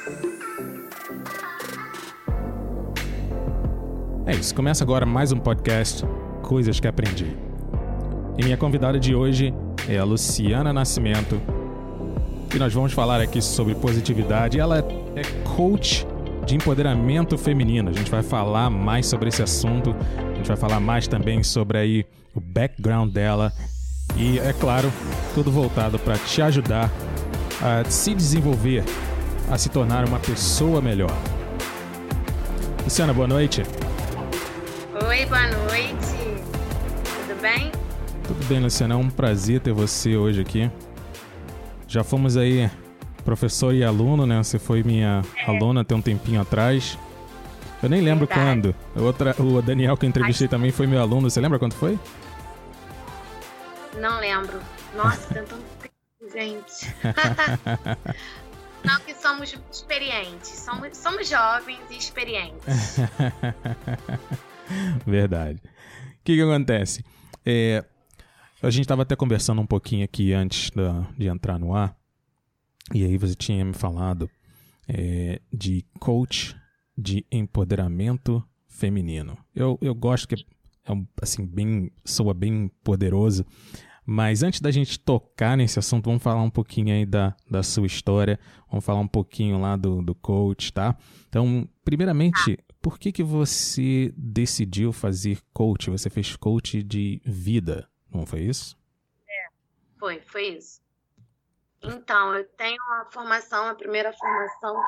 É isso, começa agora mais um podcast, Coisas que Aprendi. E minha convidada de hoje é a Luciana Nascimento. E nós vamos falar aqui sobre positividade. Ela é coach de empoderamento feminino. A gente vai falar mais sobre esse assunto. A gente vai falar mais também sobre aí o background dela. E, é claro, tudo voltado para te ajudar a se desenvolver, a se tornar uma pessoa melhor. Luciana, boa noite. Oi, boa noite. Tudo bem? Tudo bem, Luciana. É um prazer ter você hoje aqui. Já fomos aí professor e aluno, né? Você foi minha aluna até um tempinho atrás. Eu nem lembro quando. O Daniel que eu entrevistei também foi meu aluno. Você lembra quando foi? Não lembro. Nossa, tem tanto tempo, gente. Não que somos experientes. Somos jovens e experientes. Verdade. O que acontece? A gente estava até conversando um pouquinho aqui antes de entrar no ar, e aí você tinha me falado de coach de empoderamento feminino. Eu gosto que soa bem poderoso, mas antes da gente tocar nesse assunto, vamos falar um pouquinho aí da sua história, vamos falar um pouquinho lá do coach, tá? Então, primeiramente, por que você decidiu fazer coach? Você fez coach de vida, não foi isso? Foi isso. Então, eu tenho a primeira formação,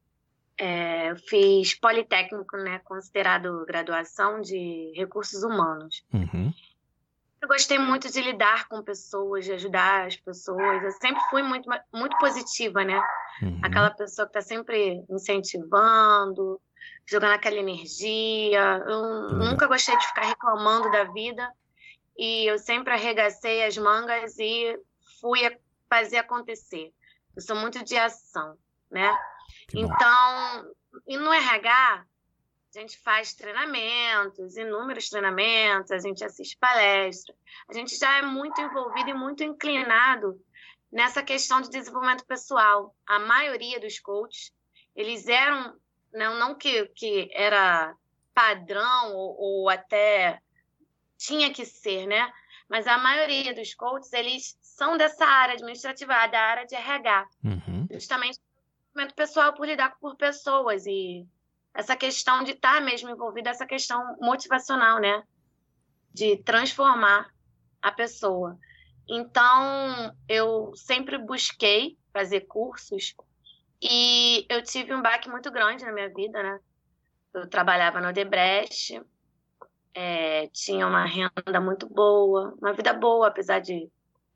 eu fiz Politécnico, né, considerado graduação de recursos humanos. Uhum. Eu gostei muito de lidar com pessoas, de ajudar as pessoas. Eu sempre fui muito, muito positiva, né? Uhum. Aquela pessoa que está sempre incentivando, jogando aquela energia. Eu nunca gostei de ficar reclamando da vida. E eu sempre arregacei as mangas e fui fazer acontecer. Eu sou muito de ação, né? Então, e no RH, a gente faz treinamentos, inúmeros treinamentos, a gente assiste palestras. A gente já é muito envolvido e muito inclinado nessa questão de desenvolvimento pessoal. A maioria dos coaches, eles eram, não que era padrão ou até tinha que ser, né? Mas a maioria dos coaches, eles são dessa área administrativa, da área de RH. Uhum. Justamente desenvolvimento pessoal por lidar por pessoas e essa questão de estar mesmo envolvida, essa questão motivacional, né? De transformar a pessoa. Então, eu sempre busquei fazer cursos e eu tive um baque muito grande na minha vida, né? Eu trabalhava no Odebrecht, tinha uma renda muito boa, uma vida boa, apesar de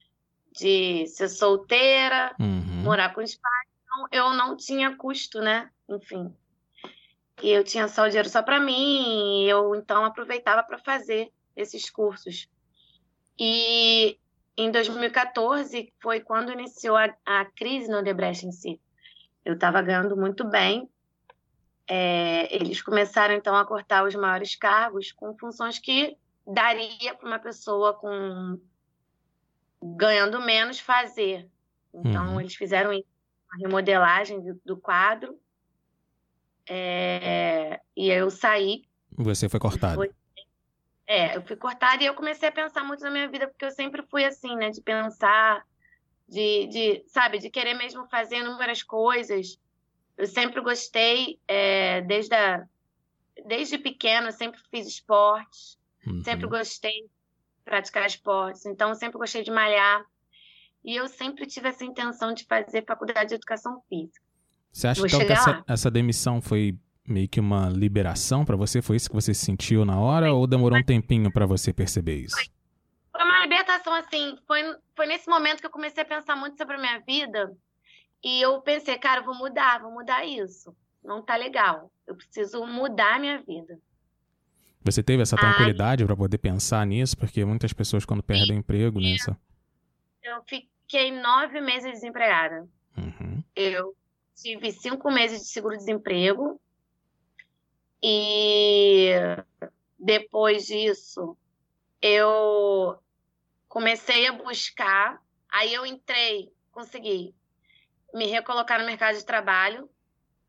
ser solteira, morar com os pais. Então, eu não tinha custo, né? Enfim. E eu tinha só o dinheiro só para mim, e eu então aproveitava para fazer esses cursos. E em 2014 foi quando iniciou a crise no Odebrecht em si. Eu estava ganhando muito bem. Eles começaram então a cortar os maiores cargos com funções que daria para uma pessoa ganhando menos fazer. Então, eles fizeram uma remodelagem do quadro. E eu saí. Você foi cortada. Eu fui cortada e eu comecei a pensar muito na minha vida, porque eu sempre fui assim, né? De pensar, sabe, de querer mesmo fazer inúmeras coisas. Eu sempre gostei, desde pequena, eu sempre fiz esportes, sempre gostei de praticar esportes, então eu sempre gostei de malhar. E eu sempre tive essa intenção de fazer faculdade de educação física. Você acha então que essa demissão foi meio que uma liberação para você? Foi isso que você sentiu na hora ou demorou um tempinho para você perceber isso? Foi uma libertação, assim, foi nesse momento que eu comecei a pensar muito sobre a minha vida e eu pensei, cara, eu vou mudar isso. Não tá legal, eu preciso mudar a minha vida. Você teve essa tranquilidade para poder pensar nisso? Porque muitas pessoas quando perdem o emprego, né? Eu fiquei 9 meses desempregada. Eu tive 5 meses de seguro-desemprego e depois disso eu comecei a buscar, aí eu consegui me recolocar no mercado de trabalho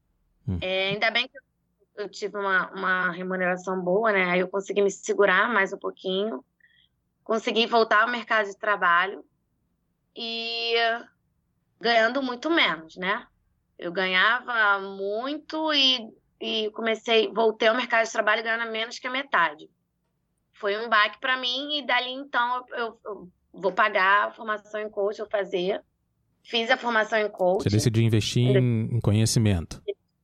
Ainda bem que eu tive uma remuneração boa, né? Aí eu consegui me segurar mais um pouquinho, consegui voltar ao mercado de trabalho e ganhando muito menos, né? Eu ganhava muito e voltei ao mercado de trabalho ganhando menos que a metade. Foi um baque para mim e dali então eu vou pagar a formação em coach, eu fiz a formação em coach. Você decidiu investir em conhecimento.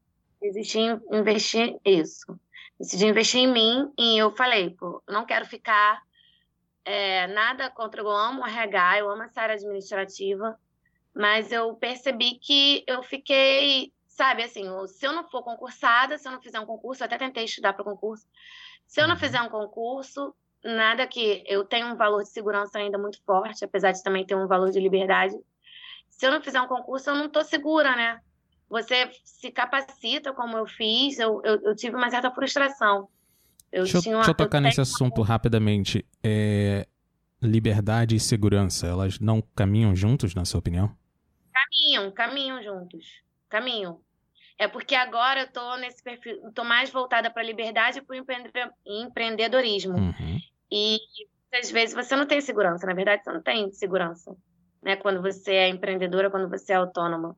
Decidi investir em mim e eu falei, pô, eu não quero ficar nada contra, eu amo RH, eu amo essa área administrativa, mas eu percebi que eu fiquei, sabe, assim, se eu não for concursada, se eu não fizer um concurso, eu até tentei estudar para concurso, se eu não fizer um concurso, nada que eu tenho um valor de segurança ainda muito forte, apesar de também ter um valor de liberdade. Se eu não fizer um concurso, eu não estou segura, né? Você se capacita, como eu fiz, eu tive uma certa frustração. Deixa eu tocar nesse assunto rapidamente. Liberdade e segurança, elas não caminham juntos, na sua opinião? Caminham juntos. Caminham. É porque agora eu tô nesse perfil, tô mais voltada para a liberdade e para o empreendedorismo. E às vezes você não tem segurança, na verdade você não tem segurança, né? Quando você é empreendedora, quando você é autônoma.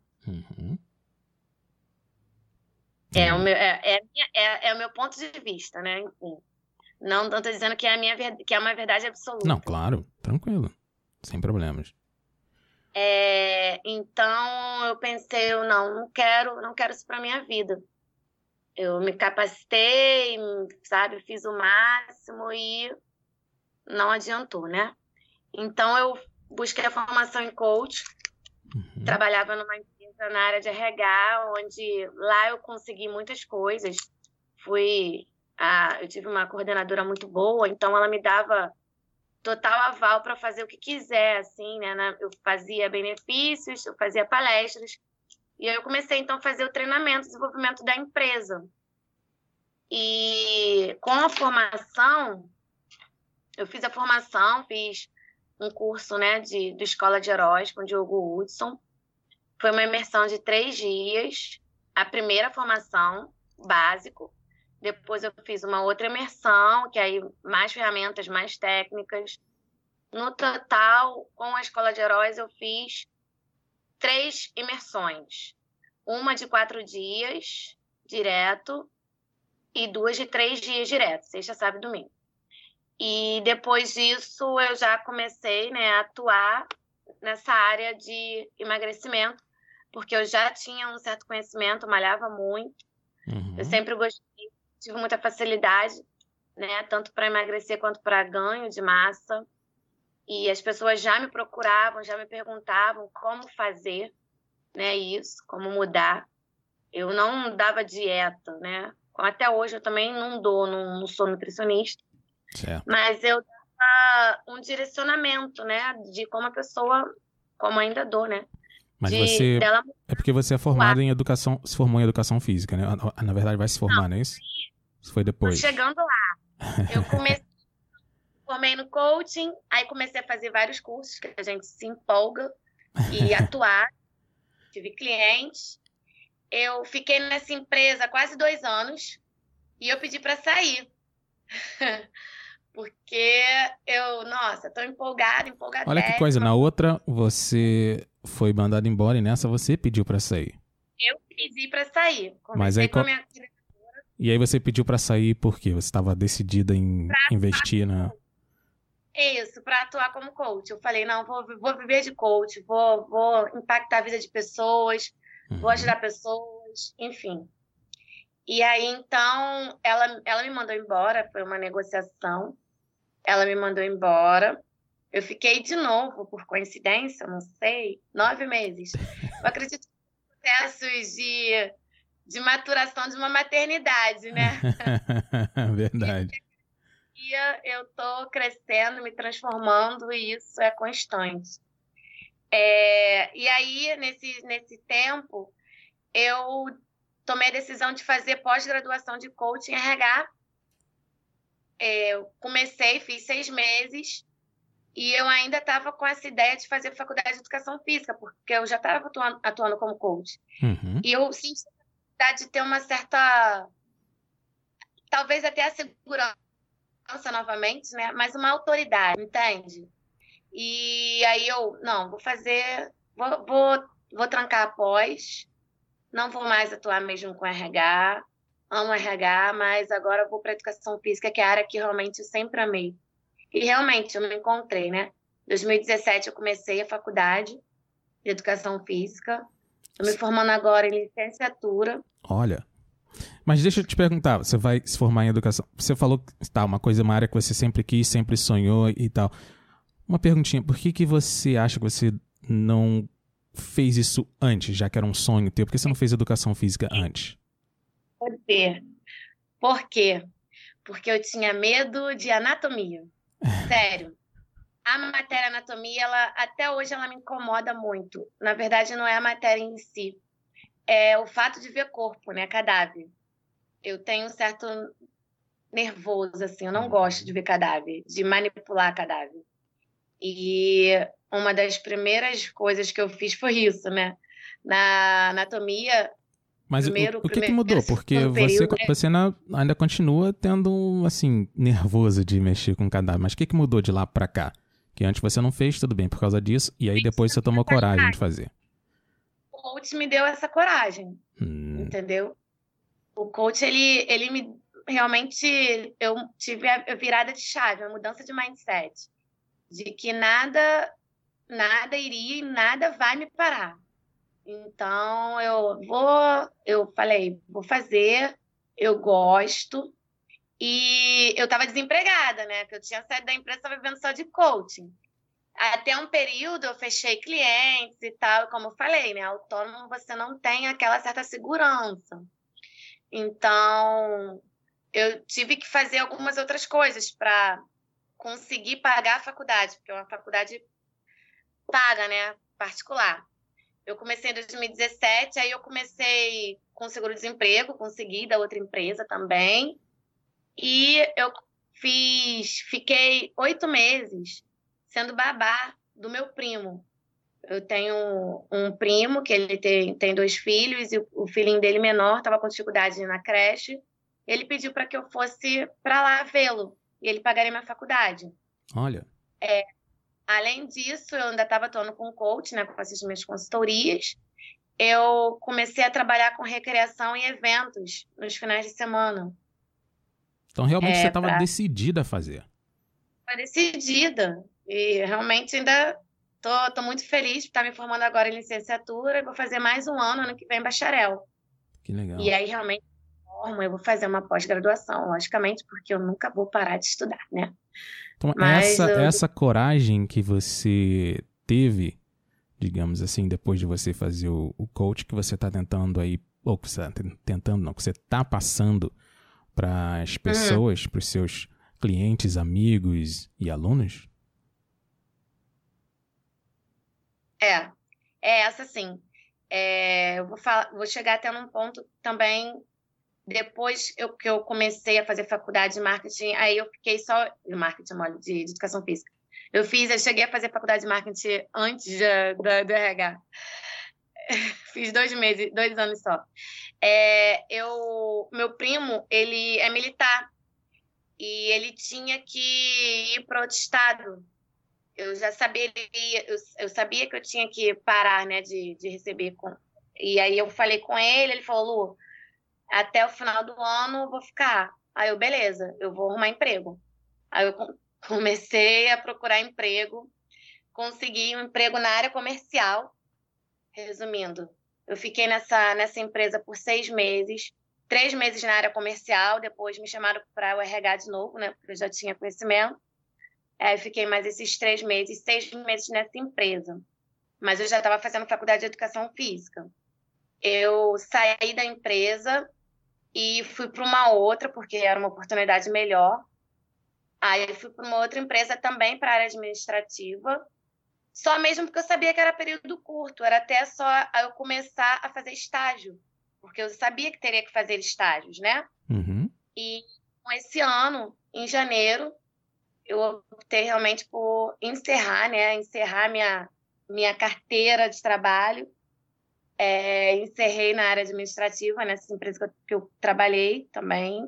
É o meu ponto de vista, né? Enfim. Não estou dizendo que é uma verdade absoluta. Não, claro, tranquilo, sem problemas. Então eu pensei, não quero isso para minha vida. Eu me capacitei, sabe, fiz o máximo e não adiantou, né? Então eu busquei a formação em coach, trabalhava numa empresa na área de RH, onde lá eu consegui muitas coisas. Eu tive uma coordenadora muito boa, então ela me dava total aval para fazer o que quiser, assim, né? Eu fazia benefícios, eu fazia palestras, e aí eu comecei, então, a fazer o treinamento, o desenvolvimento da empresa. E com a formação, eu fiz a formação, fiz um curso, né, do Escola de Heróis com o Diogo Hudson. Foi uma imersão de 3 dias, a primeira formação, básico. Depois eu fiz uma outra imersão, que aí mais ferramentas, mais técnicas. No total, com a Escola de Heróis, eu fiz 3 imersões. Uma de 4 dias, direto, e 2 de 3 dias direto, sexta, sábado e domingo. E depois disso, eu já comecei, né, a atuar nessa área de emagrecimento, porque eu já tinha um certo conhecimento, malhava muito. Eu sempre gostei, tive muita facilidade, né, tanto para emagrecer quanto para ganho de massa. E as pessoas já me procuravam, já me perguntavam como fazer, né, isso, como mudar. Eu não dava dieta, né? Até hoje eu também não sou nutricionista. Certo. Mas eu dava um direcionamento, né, de como a pessoa, como ainda dou, né? Mas é porque você é formada em educação, se formou em educação física, né? Na verdade vai se formar, não é isso? Isso foi depois. Tô chegando lá. Eu formei no coaching, aí comecei a fazer vários cursos que a gente se empolga e atuar. Tive clientes. Eu fiquei nessa empresa quase 2 anos e eu pedi para sair. Porque tô empolgada. Olha que coisa, na outra você foi mandado embora e nessa você pediu para sair. Eu pedi para sair. Mas aí, e aí você pediu para sair por quê? Você estava decidida em investir na... Isso, para atuar como coach. Eu falei, não, vou viver de coach, vou impactar a vida de pessoas, vou ajudar pessoas, enfim. E aí, então, ela me mandou embora, foi uma negociação. Ela me mandou embora. Eu fiquei de novo, por coincidência, não sei, 9 meses. Eu acredito em processos de maturação de uma maternidade, né? Verdade. E eu tô crescendo, me transformando, e isso é constante. E aí, nesse tempo, eu tomei a decisão de fazer pós-graduação de coaching RH. Eu comecei, fiz 6 meses, e eu ainda estava com essa ideia de fazer faculdade de educação física, porque eu já estava atuando como coach. E eu senti de ter uma certa, talvez até a segurança novamente, né? Mas uma autoridade, entende? E aí eu, não, vou fazer, vou trancar a pós, não vou mais atuar mesmo com RH, amo RH, mas agora eu vou para educação física, que é a área que realmente eu sempre amei. E realmente eu me encontrei, né? Em 2017 eu comecei a faculdade de educação física, estou me formando agora em licenciatura. Olha, mas deixa eu te perguntar, você vai se formar em educação, você falou que tá, uma área que você sempre quis, sempre sonhou e tal. Uma perguntinha, por que você acha que você não fez isso antes, já que era um sonho teu? Por que você não fez educação física antes? Pode ser. Por quê? Porque eu tinha medo de anatomia. Sério. A matéria anatomia, até hoje, ela me incomoda muito. Na verdade, não é a matéria em si. É o fato de ver corpo, né? Cadáver. Eu tenho um certo nervoso, assim. Eu não gosto de ver cadáver, de manipular cadáver. E uma das primeiras coisas que eu fiz foi isso, né? Na anatomia, Mas o que mudou? Porque segundo período, você ainda continua tendo, assim, nervoso de mexer com cadáver. Mas o que mudou de lá pra cá? Que antes você não fez, tudo bem, por causa disso. E aí depois você tomou coragem de fazer. o coach me deu essa coragem, entendeu? O coach, ele me... Realmente, eu tive a virada de chave, a mudança de mindset. De que nada iria e nada vai me parar. Então, eu falei, vou fazer, eu gosto. E eu estava desempregada, né? Que eu tinha saído da empresa, estava vivendo só de coaching. Até um período eu fechei clientes e tal, e como eu falei, né? Autônomo você não tem aquela certa segurança. Então, eu tive que fazer algumas outras coisas para conseguir pagar a faculdade, porque é uma faculdade paga, né? Particular. Eu comecei em 2017, aí eu comecei com seguro-desemprego, consegui da outra empresa também. E eu fiquei 8 meses sendo babá do meu primo. Eu tenho um primo que ele tem 2 filhos e o filhinho dele menor estava com dificuldade na creche. Ele pediu para que eu fosse para lá vê-lo e ele pagaria minha faculdade. Olha. Além disso, eu ainda estava atuando com coach, né, com essas minhas consultorias. Eu comecei a trabalhar com recreação e eventos nos finais de semana. Então, realmente, você estava decidida a fazer. Estava decidida. E realmente ainda tô muito feliz de estar me formando agora em licenciatura e vou fazer mais um ano que vem bacharel. Que legal. E aí, realmente, eu vou fazer uma pós-graduação, logicamente, porque eu nunca vou parar de estudar, né? Então, essa coragem que você teve, digamos assim, depois de você fazer o coach, que você está tentando aí, ou que você está tentando, não, que você está passando para as pessoas, para os seus clientes, amigos e alunos? É essa sim. Eu vou chegar até num ponto também, depois que eu comecei a fazer faculdade de marketing, aí eu fiquei só de marketing, de educação física. Eu cheguei a fazer faculdade de marketing antes do RH. Fiz 2 anos só. Meu primo, ele é militar e ele tinha que ir para outro estado. Eu já sabia, eu sabia que eu tinha que parar, né, de receber. E aí eu falei com ele, ele falou, Lu, até o final do ano eu vou ficar. Aí eu, beleza, eu vou arrumar emprego. Aí eu comecei a procurar emprego, consegui um emprego na área comercial. Resumindo, eu fiquei nessa empresa por 6 meses, 3 meses na área comercial, depois me chamaram para o RH de novo, né, porque eu já tinha conhecimento. Aí eu fiquei mais esses 3 meses, 6 meses nessa empresa. Mas eu já estava fazendo faculdade de educação física. Eu saí da empresa e fui para uma outra, porque era uma oportunidade melhor. Aí eu fui para uma outra empresa também para a área administrativa, só mesmo porque eu sabia que era período curto, era até só eu começar a fazer estágio, porque eu sabia que teria que fazer estágios, né? Uhum. E esse ano, em janeiro, eu optei realmente por encerrar minha carteira de trabalho Encerrei na área administrativa, nessa empresa que eu trabalhei também,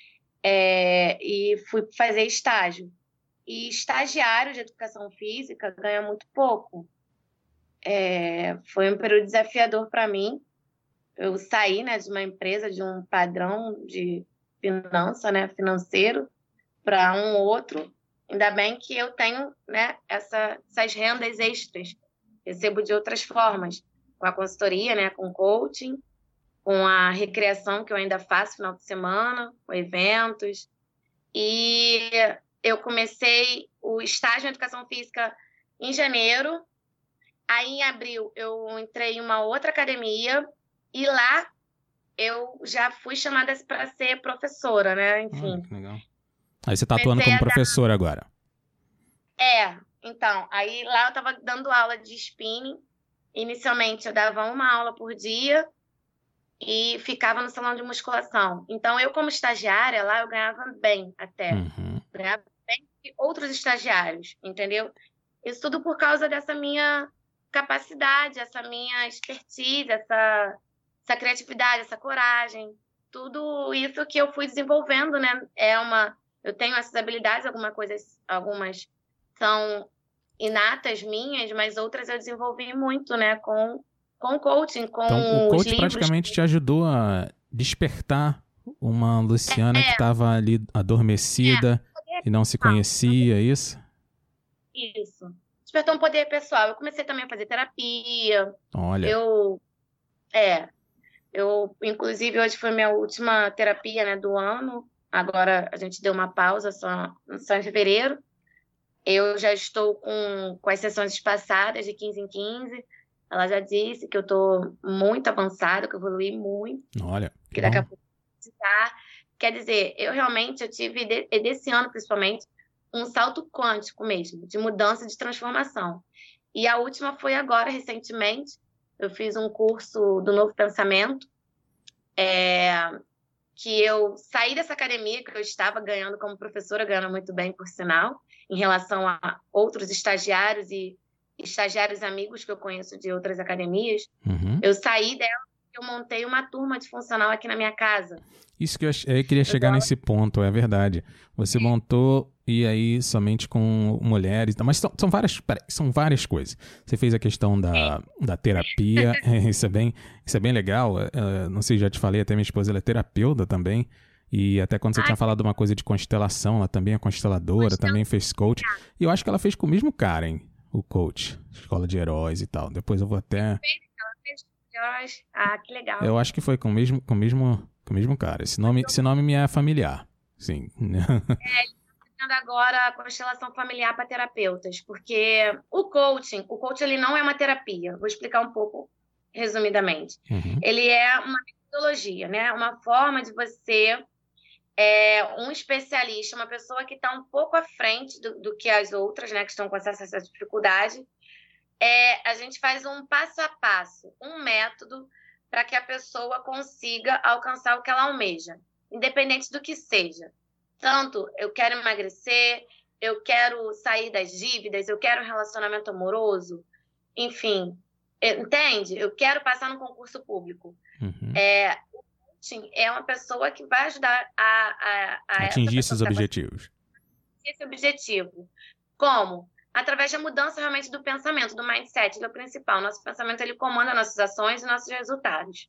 e fui fazer estágio. E estagiário de educação física ganha muito pouco. Foi um período desafiador para mim. Eu saí, né, de uma empresa, de um padrão de finança, né, financeiro, para um outro. Ainda bem que eu tenho, né, essas rendas extras. Recebo de outras formas, com a consultoria, né, com coaching, com a recreação que eu ainda faço final de semana, com eventos. E eu comecei o estágio em educação física em janeiro. Aí, em abril, eu entrei em uma outra academia e lá eu já fui chamada para ser professora, né? Enfim. Que legal. Aí você tá atuando como professora agora. Então, aí lá eu estava dando aula de spinning. Inicialmente eu dava uma aula por dia e ficava no salão de musculação. Então, eu como estagiária lá, eu ganhava bem até. Ganhava bem que outros estagiários, entendeu? Isso tudo por causa dessa minha capacidade, essa minha expertise, essa criatividade, essa coragem. Tudo isso que eu fui desenvolvendo, né? Eu tenho essas habilidades, algumas são inatas minhas, mas outras eu desenvolvi muito, né? Com coaching, com então, o coach livros. praticamente te ajudou a despertar uma Luciana que estava ali adormecida e não se conhecia, isso? Isso. Despertou um poder pessoal. Eu comecei também a fazer terapia. Olha. Inclusive, hoje foi minha última terapia, né, do ano. Agora a gente deu uma pausa só em fevereiro. Eu já estou com as sessões espaçadas de 15 em 15. Ela já disse que eu estou muito avançada, que eu evolui muito. Olha, que daqui a pouco quer dizer, eu tive, desse ano principalmente, um salto quântico mesmo, de mudança, de transformação. E a última foi agora, recentemente, eu fiz um curso do Novo Pensamento, que eu saí dessa academia que eu estava ganhando como professora, ganhando muito bem, por sinal, em relação a outros estagiários e estagiários amigos que eu conheço de outras academias. Eu saí dela e eu montei uma turma de funcional aqui na minha casa. Isso que eu queria chegar nesse ponto, é verdade. Você montou e aí somente com mulheres, mas são várias coisas. Você fez a questão da terapia, isso é bem legal. Não sei, já te falei, até minha esposa ela é terapeuta também. E até quando você tinha falado uma coisa de constelação, ela também é consteladora, também fez coach. E eu acho que ela fez com o mesmo cara, hein? O coach, Escola de Heróis e tal. Depois eu vou até... Ela fez Heróis. Ah, que legal. Eu acho que foi com o mesmo cara. Esse nome me é familiar. Sim. Ele está fazendo agora a constelação familiar para terapeutas, porque o coaching ele não é uma terapia. Vou explicar um pouco resumidamente. Ele é uma metodologia, né? Uma forma de você... um especialista, uma pessoa que está um pouco à frente do que as outras, né, que estão com essa dificuldade. A gente faz um passo a passo, um método para que a pessoa consiga alcançar o que ela almeja, independente do que seja. Tanto eu quero emagrecer, eu quero sair das dívidas, eu quero um relacionamento amoroso, enfim, entende? Eu quero passar no concurso público. É uma pessoa que vai ajudar a atingir esses objetivos. Esse objetivo. Como? Através da mudança realmente do pensamento, do mindset, do principal. Nosso pensamento ele comanda nossas ações e nossos resultados.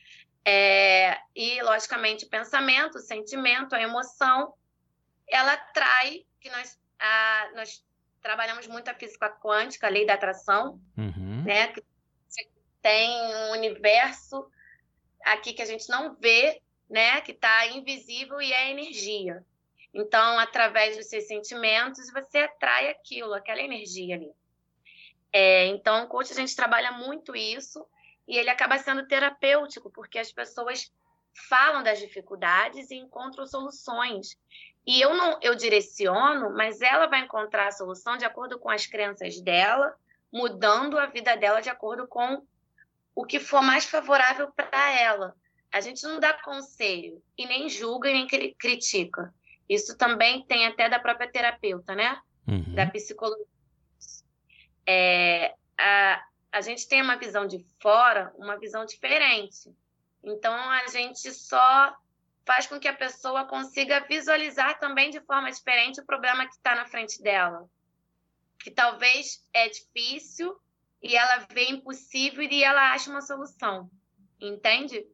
E, logicamente, o pensamento, o sentimento, a emoção, ela atrai, que nós trabalhamos muito a física quântica, a lei da atração, né? Que tem um universo aqui que a gente não vê, né, que está invisível e é energia. Então, através dos seus sentimentos, você atrai aquela energia ali. Então, o coach, a gente trabalha muito isso e ele acaba sendo terapêutico, porque as pessoas falam das dificuldades e encontram soluções. E eu direciono, mas ela vai encontrar a solução de acordo com as crenças dela, mudando a vida dela de acordo com o que for mais favorável para ela. A gente não dá conselho e nem julga e nem critica. Isso também tem até da própria terapeuta, né? Da psicologia. a gente tem uma visão de fora, uma visão diferente. Então, a gente só faz com que a pessoa consiga visualizar também de forma diferente o problema que está na frente dela. Que talvez é difícil e ela vê impossível e ela acha uma solução. Entende?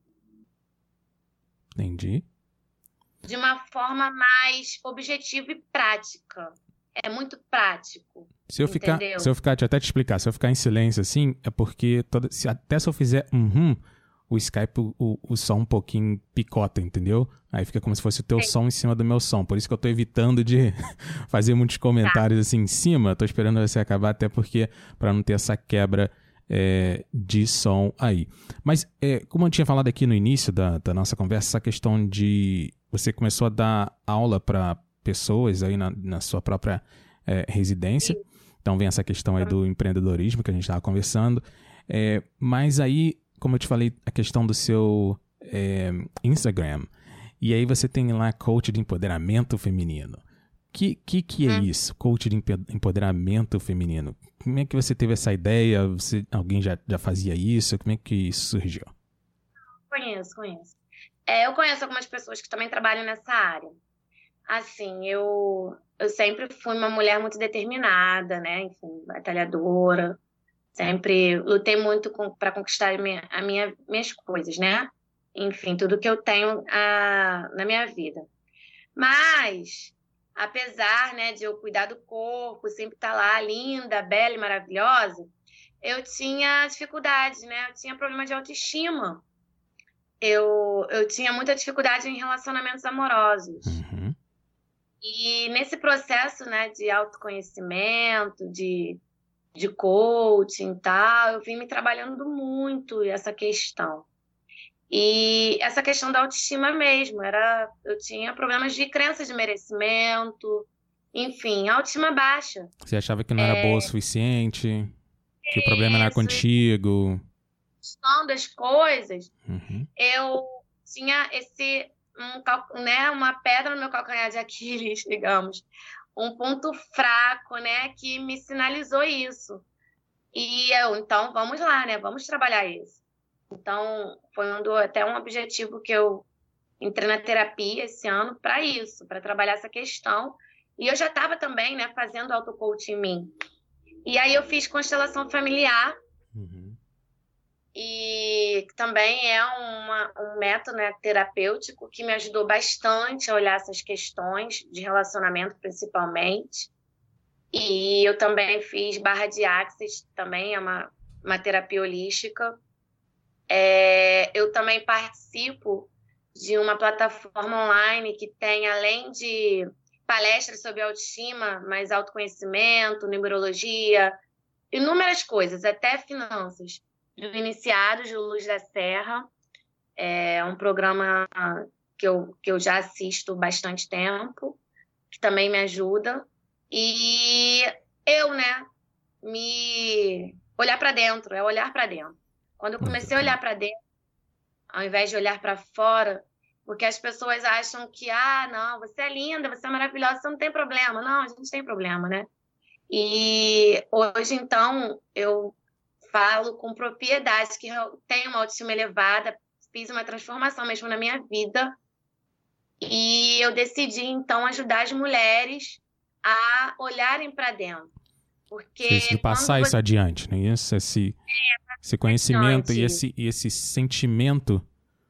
Entendi. De uma forma mais objetiva e prática. É muito prático. Se eu ficar, entendeu? deixa eu até te explicar, se eu ficar em silêncio assim, é porque até se eu fizer o Skype, o som um pouquinho picota, entendeu? Aí fica como se fosse o teu som em cima do meu som. Por isso que eu tô evitando de fazer muitos comentários assim em cima. Tô esperando você acabar, até porque para não ter essa quebra de som aí. Mas, como eu tinha falado aqui no início da nossa conversa, essa questão de você começou a dar aula para pessoas aí na sua própria residência. Então vem essa questão aí do empreendedorismo que a gente estava conversando. Mas aí, como eu te falei, a questão do seu Instagram. E aí você tem lá coach de empoderamento feminino. Que é isso? Coach de empoderamento feminino. Como é que você teve essa ideia? Alguém já fazia isso? Como é que isso surgiu? Conheço. Eu conheço algumas pessoas que também trabalham nessa área. Assim, eu sempre fui uma mulher muito determinada, né? Enfim, batalhadora. Sempre lutei muito para conquistar minhas coisas, né? Enfim, tudo que eu tenho na minha vida. Mas, apesar, né, de eu cuidar do corpo, sempre estar lá linda, bela e maravilhosa, eu tinha dificuldades, né? Eu tinha problema de autoestima. Eu tinha muita dificuldade em relacionamentos amorosos. Uhum. E nesse processo, né, de autoconhecimento, de coaching e tal, eu vim me trabalhando muito essa questão. E essa questão da autoestima mesmo, eu tinha problemas de crença de merecimento, enfim, autoestima baixa. Você achava que não era boa o suficiente, que o problema era contigo. Questão das coisas, Uhum. eu tinha uma pedra no meu calcanhar de Aquiles, digamos, um ponto fraco, né, que me sinalizou isso. E então, vamos lá, né, vamos trabalhar isso. Então, foi até um objetivo que eu entrei na terapia esse ano para isso, para trabalhar essa questão. E eu já estava também, né, fazendo auto-coaching em mim. E aí eu fiz constelação familiar, e também é um método, né, terapêutico que me ajudou bastante a olhar essas questões de relacionamento, principalmente. E eu também fiz barra de Axis, também é uma terapia holística. Eu também participo de uma plataforma online que tem, além de palestras sobre autoestima, mais autoconhecimento, numerologia, inúmeras coisas, até finanças. Do Iniciados, do Luz da Serra. É um programa que eu já assisto bastante tempo, que também me ajuda. E eu, né, olhar para dentro, olhar para dentro. Quando eu comecei a olhar para dentro, ao invés de olhar para fora, porque as pessoas acham que, não, você é linda, você é maravilhosa, você não tem problema. Não, a gente tem problema, né? E hoje, então, eu falo com propriedade que eu tenho uma autoestima elevada, fiz uma transformação mesmo na minha vida e eu decidi, então, ajudar as mulheres a olharem para dentro. Porque você decidiu passar isso adiante, né? Esse conhecimento e esse sentimento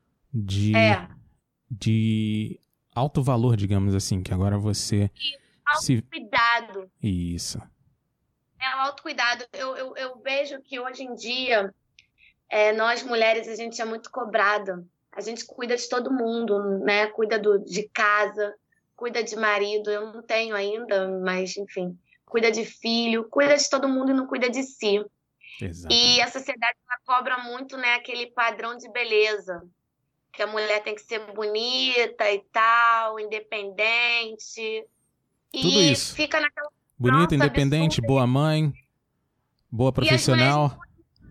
de alto valor, digamos assim, que agora você... Autocuidado. Isso. O autocuidado. Eu vejo que hoje em dia, nós mulheres, a gente é muito cobrada. A gente cuida de todo mundo, né? Cuida de casa, cuida de marido. Eu não tenho ainda, mas enfim. Cuida de filho, cuida de todo mundo e não cuida de si. Exato. E a sociedade ela cobra muito, né, aquele padrão de beleza. Que a mulher tem que ser bonita e tal, independente. Tudo e isso. Fica naquela... Bonita, independente, boa mãe, boa profissional.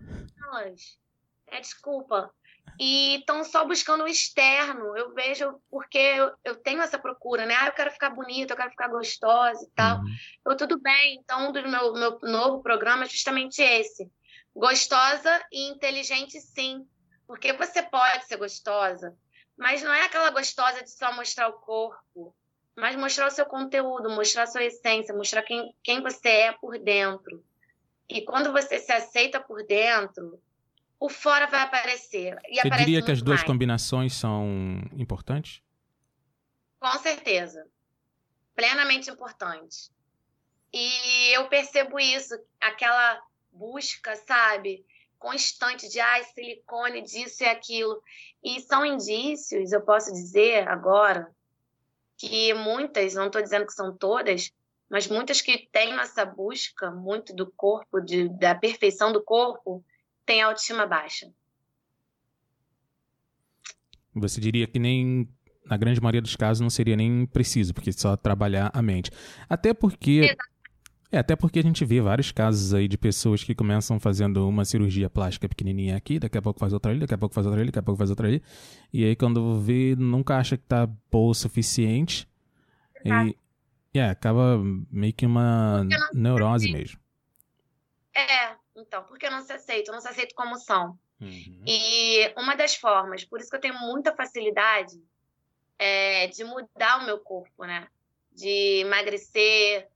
Desculpa. E estão só buscando o externo. Eu vejo, porque eu tenho essa procura, né? Eu quero ficar bonita, eu quero ficar gostosa e tal. Tudo bem. Então, o meu novo programa é justamente esse. Gostosa e inteligente, sim. Porque você pode ser gostosa, mas não é aquela gostosa de só mostrar o corpo, mas mostrar o seu conteúdo, mostrar a sua essência, mostrar quem você é por dentro. E quando você se aceita por dentro, o fora vai aparecer. E Você aparece diria que as muito duas mais. combinações são importantes? Com certeza. Plenamente importante. E eu percebo isso, aquela busca, sabe, constante de silicone, disso e aquilo. E são indícios, eu posso dizer agora, que muitas, não estou dizendo que são todas, mas muitas que têm essa busca muito do corpo, da perfeição do corpo, têm autoestima baixa. Você diria que nem, na grande maioria dos casos, não seria nem preciso, porque só trabalhar a mente. Até porque a gente vê vários casos aí de pessoas que começam fazendo uma cirurgia plástica pequenininha aqui, daqui a pouco faz outra ali, daqui a pouco faz outra ali, daqui a pouco faz outra ali. E aí quando vê, nunca acha que tá boa o suficiente. E acaba meio que uma neurose mesmo. Então, porque eu não se aceito, eu não se aceito como são. Uhum. E uma das formas, por isso que eu tenho muita facilidade de mudar o meu corpo, né? De emagrecer,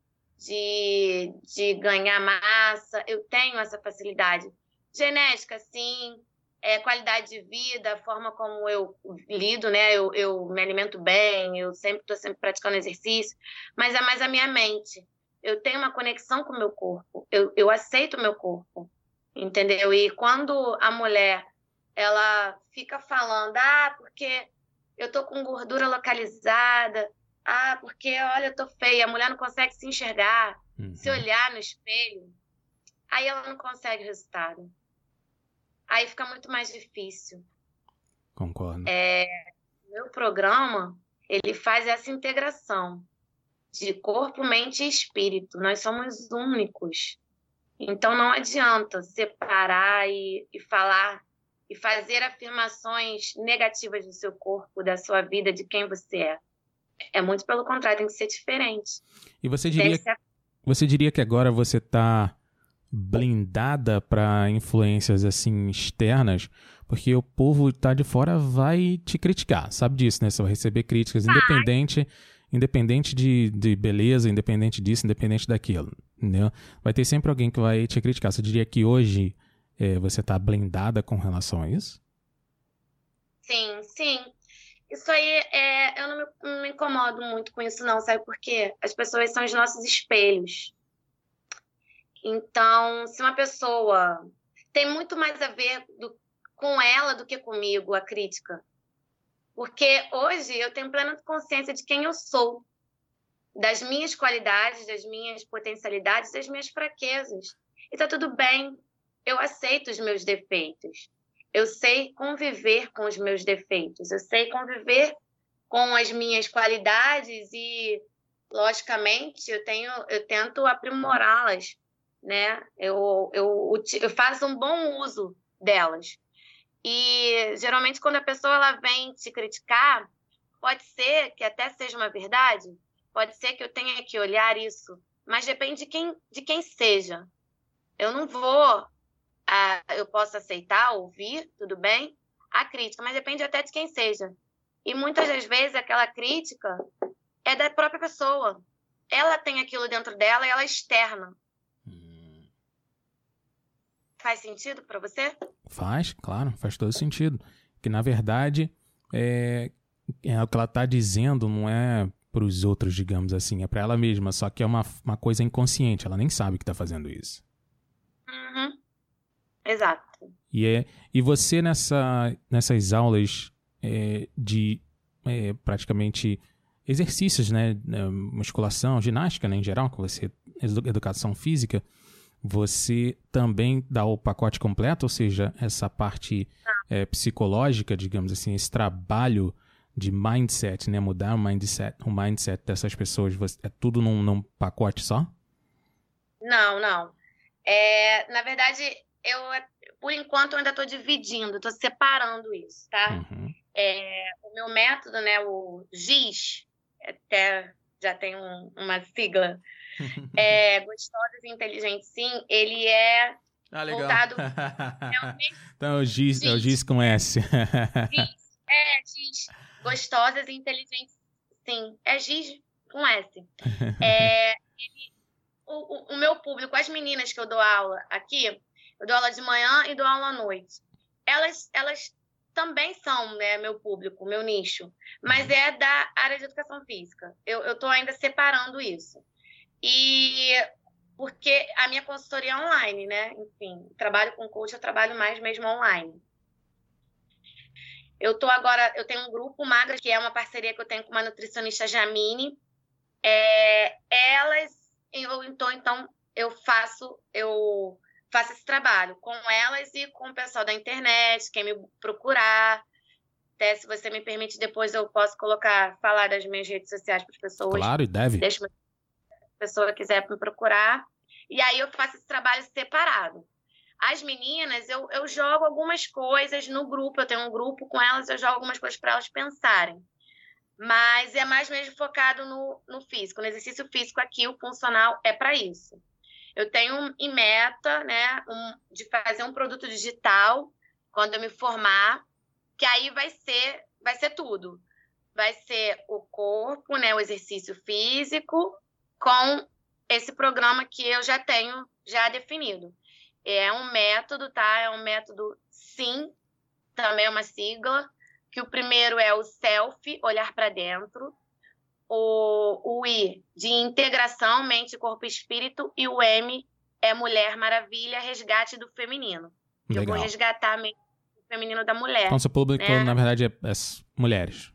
de ganhar massa, eu tenho essa facilidade. Genética, sim, qualidade de vida, a forma como eu lido, né? Eu me alimento bem, eu estou sempre praticando exercício, mas é mais a minha mente. Eu tenho uma conexão com o meu corpo, eu aceito o meu corpo, entendeu? E quando a mulher, ela fica falando, porque eu tô com gordura localizada, porque, olha, eu tô feia, a mulher não consegue se enxergar, se olhar no espelho, aí ela não consegue resultado. Aí fica muito mais difícil. Concordo. O meu programa, ele faz essa integração de corpo, mente e espírito. Nós somos únicos. Então não adianta separar e falar e fazer afirmações negativas do seu corpo, da sua vida, de quem você é. É muito pelo contrário, tem que ser diferente. E você diria que agora você está blindada para influências assim externas? Porque o povo tá de fora vai te criticar, sabe disso, né? Você vai receber críticas independente de beleza, independente disso, independente daquilo, entendeu? Vai ter sempre alguém que vai te criticar. Você diria que hoje você tá blindada com relação a isso? Sim, sim. Isso aí, eu não me incomodo muito com isso, não, sabe por quê? As pessoas são os nossos espelhos. Então, se uma pessoa tem muito mais a ver com ela do que comigo, a crítica. Porque hoje eu tenho plena consciência de quem eu sou, das minhas qualidades, das minhas potencialidades, das minhas fraquezas. E tá tudo bem, eu aceito os meus defeitos. Eu sei conviver com os meus defeitos, eu sei conviver com as minhas qualidades e, logicamente, eu tento aprimorá-las, né? Eu faço um bom uso delas. E, geralmente, quando a pessoa ela vem te criticar, pode ser que até seja uma verdade, pode ser que eu tenha que olhar isso, mas depende de quem seja. Eu não vou... eu posso aceitar, ouvir, tudo bem, a crítica, mas depende até de quem seja. E muitas das vezes aquela crítica é da própria pessoa. Ela tem aquilo dentro dela e ela externa. Faz sentido para você? Faz, claro, faz todo sentido. Que na verdade o que ela tá dizendo não é para os outros, digamos assim, é para ela mesma, só que é uma coisa inconsciente, ela nem sabe que tá fazendo isso. Uhum. Exato. E você nessas aulas de praticamente exercícios, né, musculação, ginástica, né, em geral, que você educação física, você também dá o pacote completo, ou seja, essa parte psicológica, digamos assim, esse trabalho de mindset, né, mudar o mindset dessas pessoas, é tudo num pacote só? Não. Na verdade, por enquanto, eu ainda estou dividindo, estou separando isso, tá? Uhum. O meu método, né, o GIS, até já tem uma sigla, Gostosas e Inteligentes Sim, ele é Ah, legal. voltado realmente. Então é o Giz com S. Giz. Gostosas e inteligentes, sim. É Giz com S. É, o meu público, as meninas que eu dou aula aqui, eu dou aula de manhã e dou aula à noite. Elas também são, né, meu público, meu nicho, mas é da área de educação física. Eu estou ainda separando isso. E porque a minha consultoria é online, né? Enfim, trabalho com coach, eu trabalho mais mesmo online. Eu tenho um grupo Magra, que é uma parceria que eu tenho com uma nutricionista Jamine. Então eu faço esse trabalho com elas e com o pessoal da internet, quem me procurar. Até se você me permite, depois eu posso falar das minhas redes sociais para as pessoas. Claro, e deve. Deixa a pessoa quiser me procurar. E aí eu faço esse trabalho separado. As meninas, eu jogo algumas coisas no grupo, eu tenho um grupo com elas, eu jogo algumas coisas para elas pensarem. Mas é mais mesmo focado no físico, no exercício físico aqui, o funcional é para isso. Eu tenho em meta, né, de fazer um produto digital quando eu me formar, que aí vai ser tudo. Vai ser o corpo, né, o exercício físico, com esse programa que eu já tenho definido. É um método, tá? É um método SIM, também é uma sigla, que o primeiro é o self, olhar para dentro, o I, de integração, mente, corpo e espírito, e o M é Mulher Maravilha, resgate do feminino. Legal. Eu vou resgatar o feminino da mulher. Então, seu público, né? na verdade, é mulheres.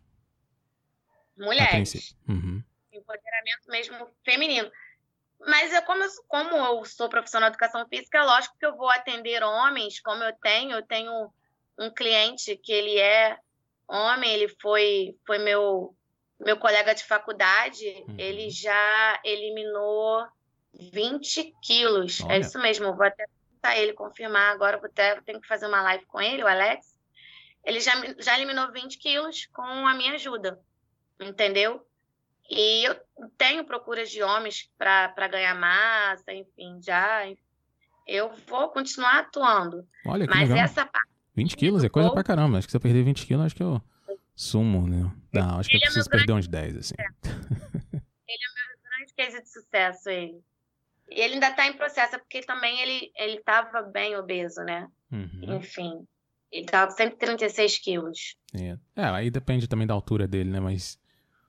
Mulheres. Uhum. Empoderamento mesmo feminino. Mas como eu sou profissional de educação física, é lógico que eu vou atender homens, como eu tenho um cliente que ele é homem, ele foi meu colega de faculdade, ele já eliminou 20 quilos. Olha. É isso mesmo, eu vou até tentar ele confirmar agora, tenho que fazer uma live com ele, o Alex. Ele já eliminou 20 quilos com a minha ajuda, entendeu? E eu tenho procuras de homens para ganhar massa, enfim, eu vou continuar atuando. Olha, que mas legal. essa parte 20 quilos é coisa pra caramba. Acho que se eu perder 20 quilos, acho que eu sumo, né? Não, acho que eu preciso perder uns 10, assim. Ele é meu grande case de sucesso, ele. E ele ainda tá em processo, porque também ele tava bem obeso, né? Uhum. Enfim, ele tava com 136 quilos. Aí depende também da altura dele, né? Mas...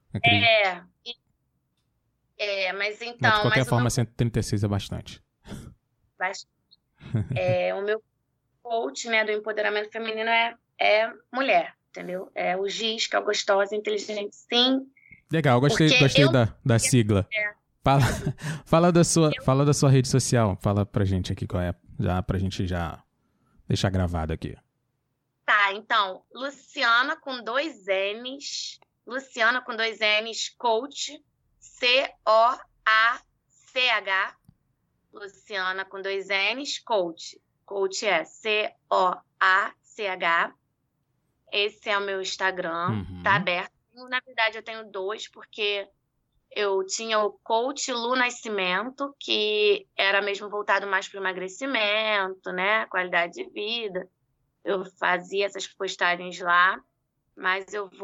mas então... Mas de qualquer forma, 136 é bastante. Bastante. O meu coach, né, do empoderamento feminino é mulher, entendeu? É o Giz, que é o gostosa, inteligente, sim. Legal, gostei da sigla. Fala da sua rede social. Fala pra gente aqui qual é, pra gente já deixar gravado aqui. Tá, então, Luciana com 2 N's, coach, C-O-A-C-H, Luciana com 2 N's, coach. Coach é C-O-A-C-H. Esse é o meu Instagram, tá aberto. Na verdade, eu tenho 2, porque eu tinha o Coach Lu Nascimento, que era mesmo voltado mais para o emagrecimento, né? Qualidade de vida. Eu fazia essas postagens lá, mas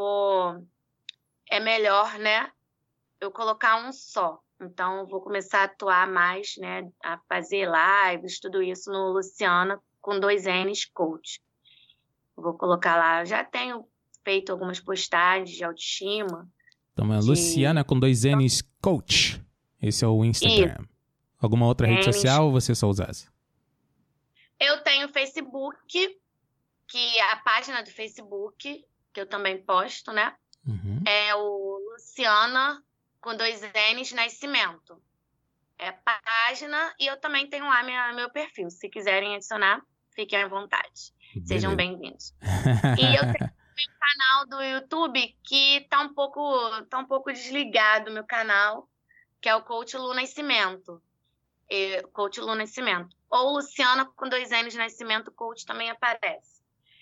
é melhor, né? Eu colocar um só. Então, eu vou começar a atuar mais, né? A fazer lives, tudo isso no Luciana, com 2 N's, coach. Vou colocar lá. Já tenho feito algumas postagens de autoestima. Então, é Luciana com 2 N's, coach. Esse é o Instagram. E alguma outra rede social ou você só usa essa? Eu tenho Facebook, que é a página do Facebook, que eu também posto, né? Uhum. É o Luciana com 2 N's Nascimento. É a página, e eu também tenho lá meu perfil. Se quiserem adicionar, fiquem à vontade. Beleza. Sejam bem-vindos. E eu tenho meu canal do YouTube, que tá um pouco desligado, meu canal, que é o Coach Lu Nascimento. Coach Lu Nascimento. Ou Luciana com 2 N's Nascimento, coach também aparece.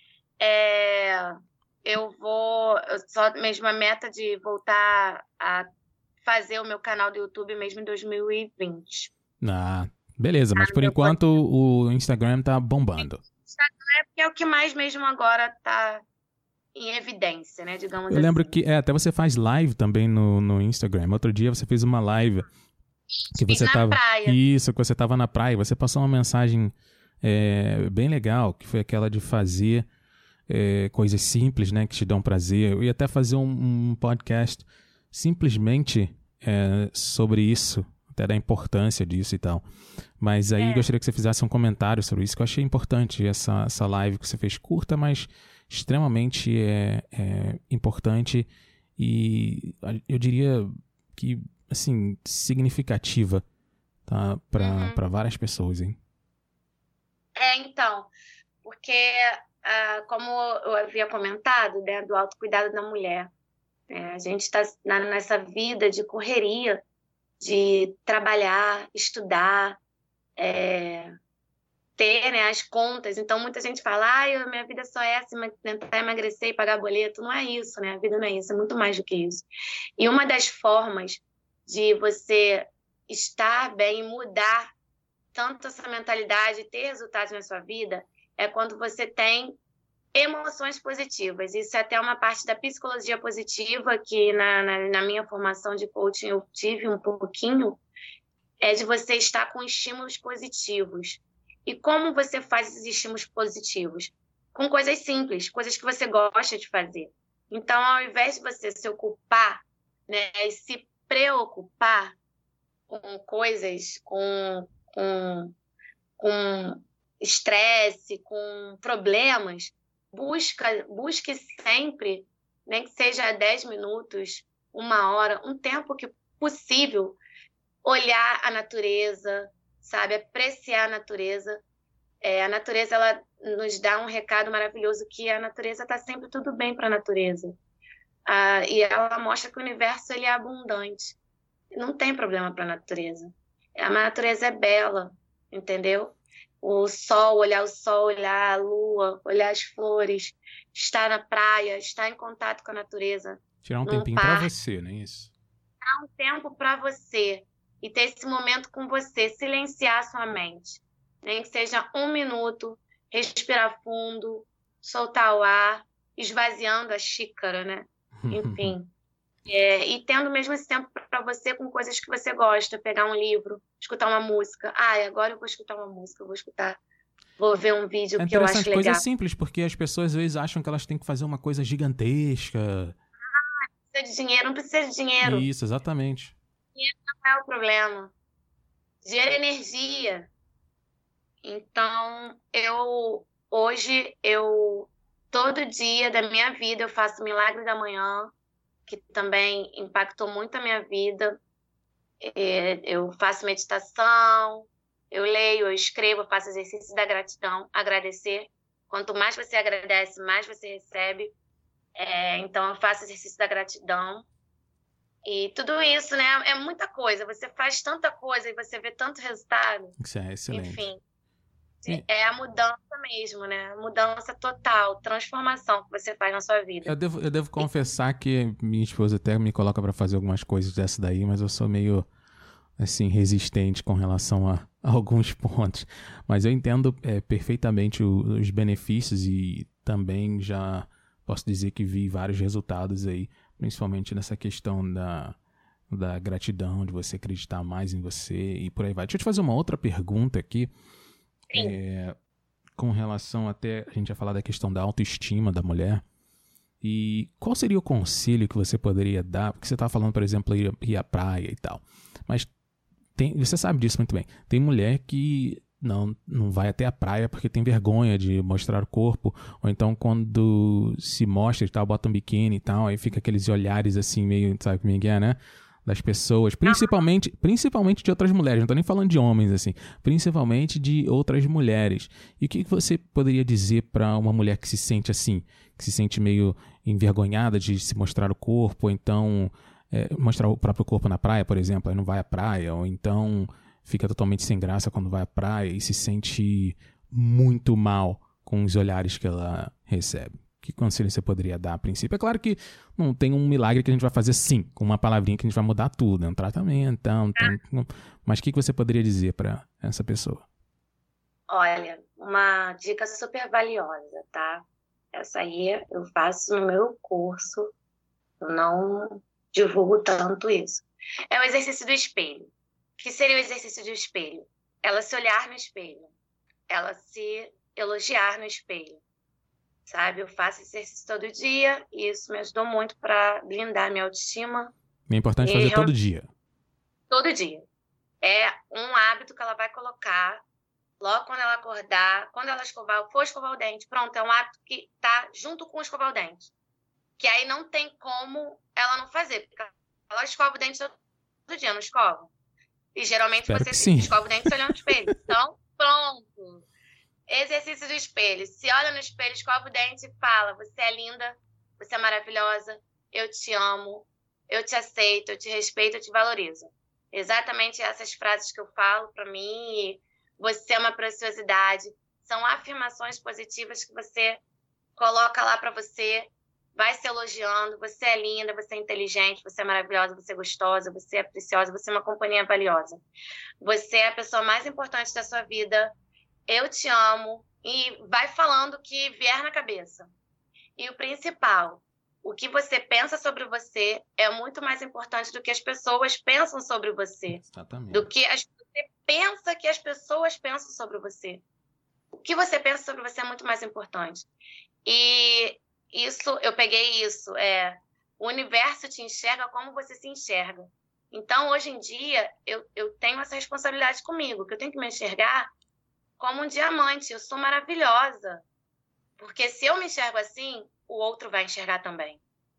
Eu só mesmo a meta de voltar a fazer o meu canal do YouTube mesmo em 2020. Beleza, mas por enquanto o Instagram tá bombando. Instagram é o que mais mesmo agora tá em evidência, né? Digamos assim. Eu lembro que até você faz live também no Instagram. Outro dia você fez uma live que você na tava... praia. Isso, que você tava na praia. Você passou uma mensagem bem legal, que foi aquela de fazer coisas simples, né? Que te dão prazer. Eu ia até fazer um podcast simplesmente sobre isso, até da importância disso e tal. Mas aí gostaria que você fizesse um comentário sobre isso, que eu achei importante essa live que você fez, curta, mas extremamente importante e eu diria que, assim, significativa, tá? Para várias pessoas, hein? Então, porque como eu havia comentado, né, do autocuidado da mulher, a gente está nessa vida de correria, de trabalhar, estudar, ter, né, as contas. Então, muita gente fala, minha vida só é assim, tentar emagrecer e pagar boleto. Não é isso, né? A vida não é isso, é muito mais do que isso. E uma das formas de você estar bem e mudar tanto essa mentalidade, ter resultados na sua vida, é quando você tem emoções positivas. Isso é até uma parte da psicologia positiva que na minha formação de coaching eu tive um pouquinho, de você estar com estímulos positivos. E como você faz esses estímulos positivos? Com coisas simples, coisas que você gosta de fazer. Então, ao invés de você se ocupar, né, e se preocupar com coisas, com estresse, com problemas, busque sempre, nem que seja 10 minutos, 1 hora, um tempo que possível, olhar a natureza, sabe? Apreciar a natureza. A natureza, ela nos dá um recado maravilhoso que a natureza está sempre tudo bem para a natureza. E ela mostra que o universo ele é abundante. Não tem problema para a natureza. A natureza é bela, entendeu? O sol, olhar a lua, olhar as flores, estar na praia, estar em contato com a natureza. Tirar um tempinho para você, não é isso? Tirar um tempo para você e ter esse momento com você, silenciar a sua mente. Nem que seja 1 minuto, respirar fundo, soltar o ar, esvaziando a xícara, né? Enfim. E tendo mesmo esse tempo para você com coisas que você gosta, pegar um livro, escutar uma música. Agora eu vou escutar uma música, vou ver um vídeo que eu acho legal. Coisa simples, porque as pessoas às vezes acham que elas têm que fazer uma coisa gigantesca. Precisa de dinheiro, não precisa de dinheiro. Isso, exatamente. Dinheiro não é o problema. Dinheiro é energia. Então, hoje, todo dia da minha vida, eu faço o Milagre da Manhã, que também impactou muito a minha vida. Eu faço meditação, eu leio, eu escrevo, eu faço exercício da gratidão, agradecer. Quanto mais você agradece, mais você recebe. Então, eu faço exercício da gratidão. E tudo isso, né? É muita coisa. Você faz tanta coisa e você vê tanto resultado. Isso é excelente. Enfim. É a mudança mesmo, né? Mudança total, transformação que você faz na sua vida. Eu devo confessar que minha esposa até me coloca para fazer algumas coisas dessa daí, mas eu sou meio, assim, resistente com relação a alguns pontos. Mas eu entendo perfeitamente os benefícios e também já posso dizer que vi vários resultados aí, principalmente nessa questão da gratidão, de você acreditar mais em você e por aí vai. Deixa eu te fazer uma outra pergunta aqui. Com relação até, a gente ia falar da questão da autoestima da mulher, e qual seria o conselho que você poderia dar, porque você estava falando, por exemplo, ir à praia e tal, mas você sabe disso muito bem, tem mulher que não vai até a praia porque tem vergonha de mostrar o corpo, ou então quando se mostra e tal, bota um biquíni e tal, aí fica aqueles olhares assim meio, sabe como é que é, né? Das pessoas, principalmente de outras mulheres, não tô nem falando de homens, assim, principalmente de outras mulheres. E o que você poderia dizer para uma mulher que se sente assim, que se sente meio envergonhada de se mostrar o corpo, ou então mostrar o próprio corpo na praia, por exemplo, aí não vai à praia, ou então fica totalmente sem graça quando vai à praia e se sente muito mal com os olhares que ela recebe? Que conselho você poderia dar a princípio? É claro que não tem um milagre que a gente vai fazer com uma palavrinha que a gente vai mudar tudo, é um tratamento, mas o que você poderia dizer para essa pessoa? Olha, uma dica super valiosa, tá? Essa aí eu faço no meu curso, eu não divulgo tanto isso. É o exercício do espelho. O que seria o exercício do espelho? Ela se olhar no espelho, ela se elogiar no espelho, sabe? Eu faço esse exercício todo dia e isso me ajudou muito para blindar minha autoestima. É importante fazer todo dia. Todo dia. É um hábito que ela vai colocar logo quando ela acordar, quando ela for escovar o dente. Pronto, é um hábito que tá junto com escovar o dente. Que aí não tem como ela não fazer, porque ela escova o dente todo dia, não escova? E geralmente Espero você que sim. escova o dente se olhando no espelho. Então, pronto. Exercício do espelho. Se olha no espelho, escova o dente e fala: você é linda, você é maravilhosa, eu te amo, eu te aceito, eu te respeito, eu te valorizo. Exatamente essas frases que eu falo para mim. Você é uma preciosidade. São afirmações positivas que você coloca lá para você, vai se elogiando. Você é linda, você é inteligente, você é maravilhosa, você é gostosa, você é preciosa, você é uma companhia valiosa. Você é a pessoa mais importante da sua vida. Eu te amo. E vai falando o que vier na cabeça. E o principal, o que você pensa sobre você é muito mais importante do que as pessoas pensam sobre você. Exatamente. Do que você pensa que as pessoas pensam sobre você. O que você pensa sobre você é muito mais importante. E isso, eu peguei isso. O universo te enxerga como você se enxerga. Então, hoje em dia, eu tenho essa responsabilidade comigo, que eu tenho que me enxergar como um diamante. Eu sou maravilhosa. Porque se eu me enxergo assim, o outro vai enxergar também.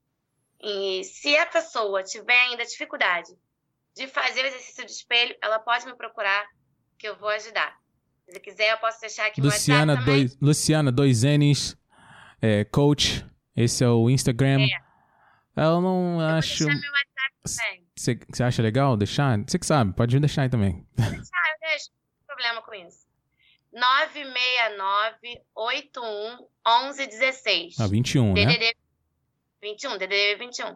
E se a pessoa tiver ainda dificuldade de fazer o exercício de espelho, ela pode me procurar, que eu vou ajudar. Se quiser, eu posso deixar aqui Luciana, meu WhatsApp também. Luciana, 2Ns, coach. Esse é o Instagram. Eu não acho... Eu vou deixar meu WhatsApp também. Você acha legal deixar? Você que sabe, pode deixar aí também. Eu deixo, não tem problema com isso. 969-81-1116. 21, né? DDD 21, DDD 21.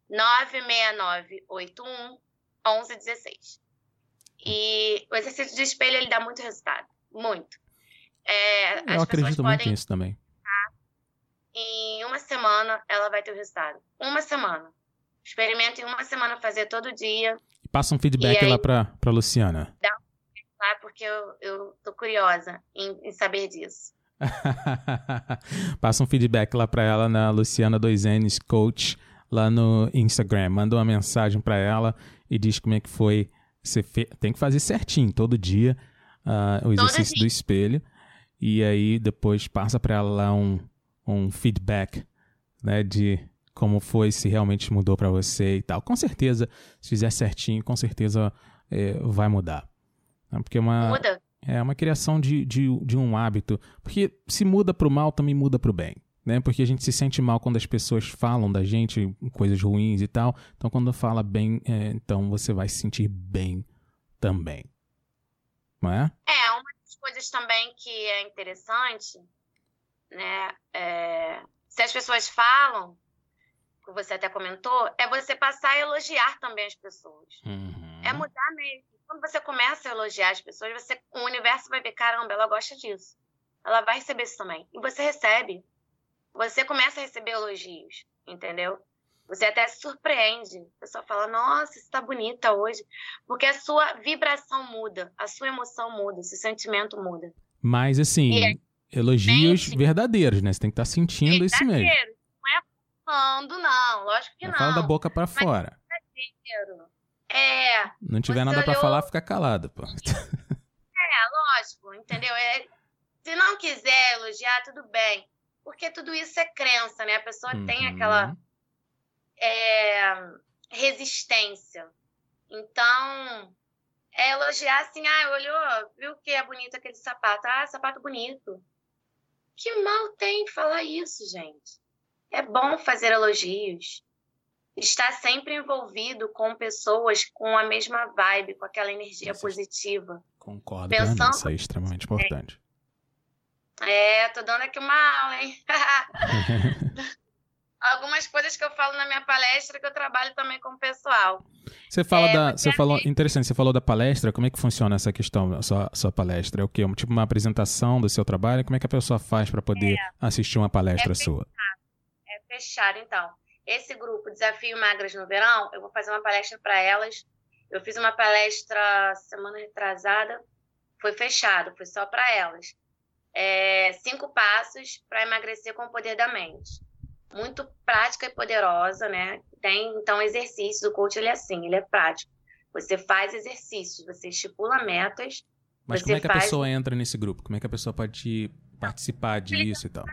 969-81-1116. E o exercício de espelho, ele dá muito resultado. Muito. Eu acredito muito nisso também. Em uma semana, ela vai ter o resultado. Uma semana. Experimenta em uma semana fazer todo dia. E passa um feedback aí, lá pra Luciana. Dá um feedback lá, porque eu tô curiosa em saber disso. Passa um feedback lá pra ela na Luciana 2Ns Coach lá no Instagram. Manda uma mensagem pra ela e diz como é que foi. Você tem que fazer certinho todo dia o exercício do espelho. E aí depois passa pra ela lá um feedback, né, de como foi, se realmente mudou pra você e tal. Com certeza, se fizer certinho, com certeza vai mudar. Porque Muda. É uma criação de um hábito. Porque se muda pro mal, também muda pro bem. Né? Porque a gente se sente mal quando as pessoas falam da gente coisas ruins e tal. Então, quando fala bem, então você vai se sentir bem também. Não é? Uma das coisas também que é interessante, né? Se as pessoas falam, que você até comentou, é você passar a elogiar também as pessoas. Uhum. É mudar mesmo. Quando você começa a elogiar as pessoas, o universo vai ver, caramba, ela gosta disso. Ela vai receber isso também. E você recebe. Você começa a receber elogios, entendeu? Você até se surpreende. A pessoa fala, nossa, você tá bonita hoje. Porque a sua vibração muda, a sua emoção muda, o seu sentimento muda. Mas, assim, elogios verdadeiros, né? Você tem que estar sentindo isso mesmo. Não é falando, não. Lógico que não. Fala da boca pra fora. Verdadeiro. Não tiver nada pra falar, fica calado, pô. Lógico, entendeu? Se não quiser elogiar, tudo bem. Porque tudo isso é crença, né? A pessoa tem aquela resistência. Então, elogiar assim, olhou, viu que é bonito aquele sapato. Sapato bonito. Que mal tem falar isso, gente? É bom fazer elogios. Estar sempre envolvido com pessoas com a mesma vibe, com aquela energia positiva. Concordo, pensando... Isso é extremamente importante. Tô dando aqui uma aula, hein? Algumas coisas que eu falo na minha palestra que eu trabalho também com o pessoal. Você falou, interessante, você falou da palestra, como é que funciona essa questão, sua palestra? É o quê? Tipo uma apresentação do seu trabalho? Como é que a pessoa faz para poder assistir uma palestra sua? É fechado, então. Esse grupo, Desafio Magras no Verão, eu vou fazer uma palestra para elas. Eu fiz uma palestra semana retrasada, foi fechado, foi só para elas. 5 passos para emagrecer com o poder da mente. Muito prática e poderosa, né? Tem, então, exercícios. O coach, ele é assim, ele é prático. Você faz exercícios, você estipula metas. Mas como é que a pessoa entra nesse grupo? Como é que a pessoa pode participar disso e tal?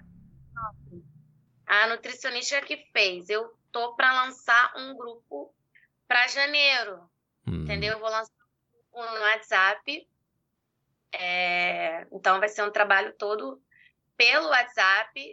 A nutricionista que fez. Eu tô para lançar um grupo para janeiro, entendeu? Eu vou lançar um no WhatsApp. Então, vai ser um trabalho todo pelo WhatsApp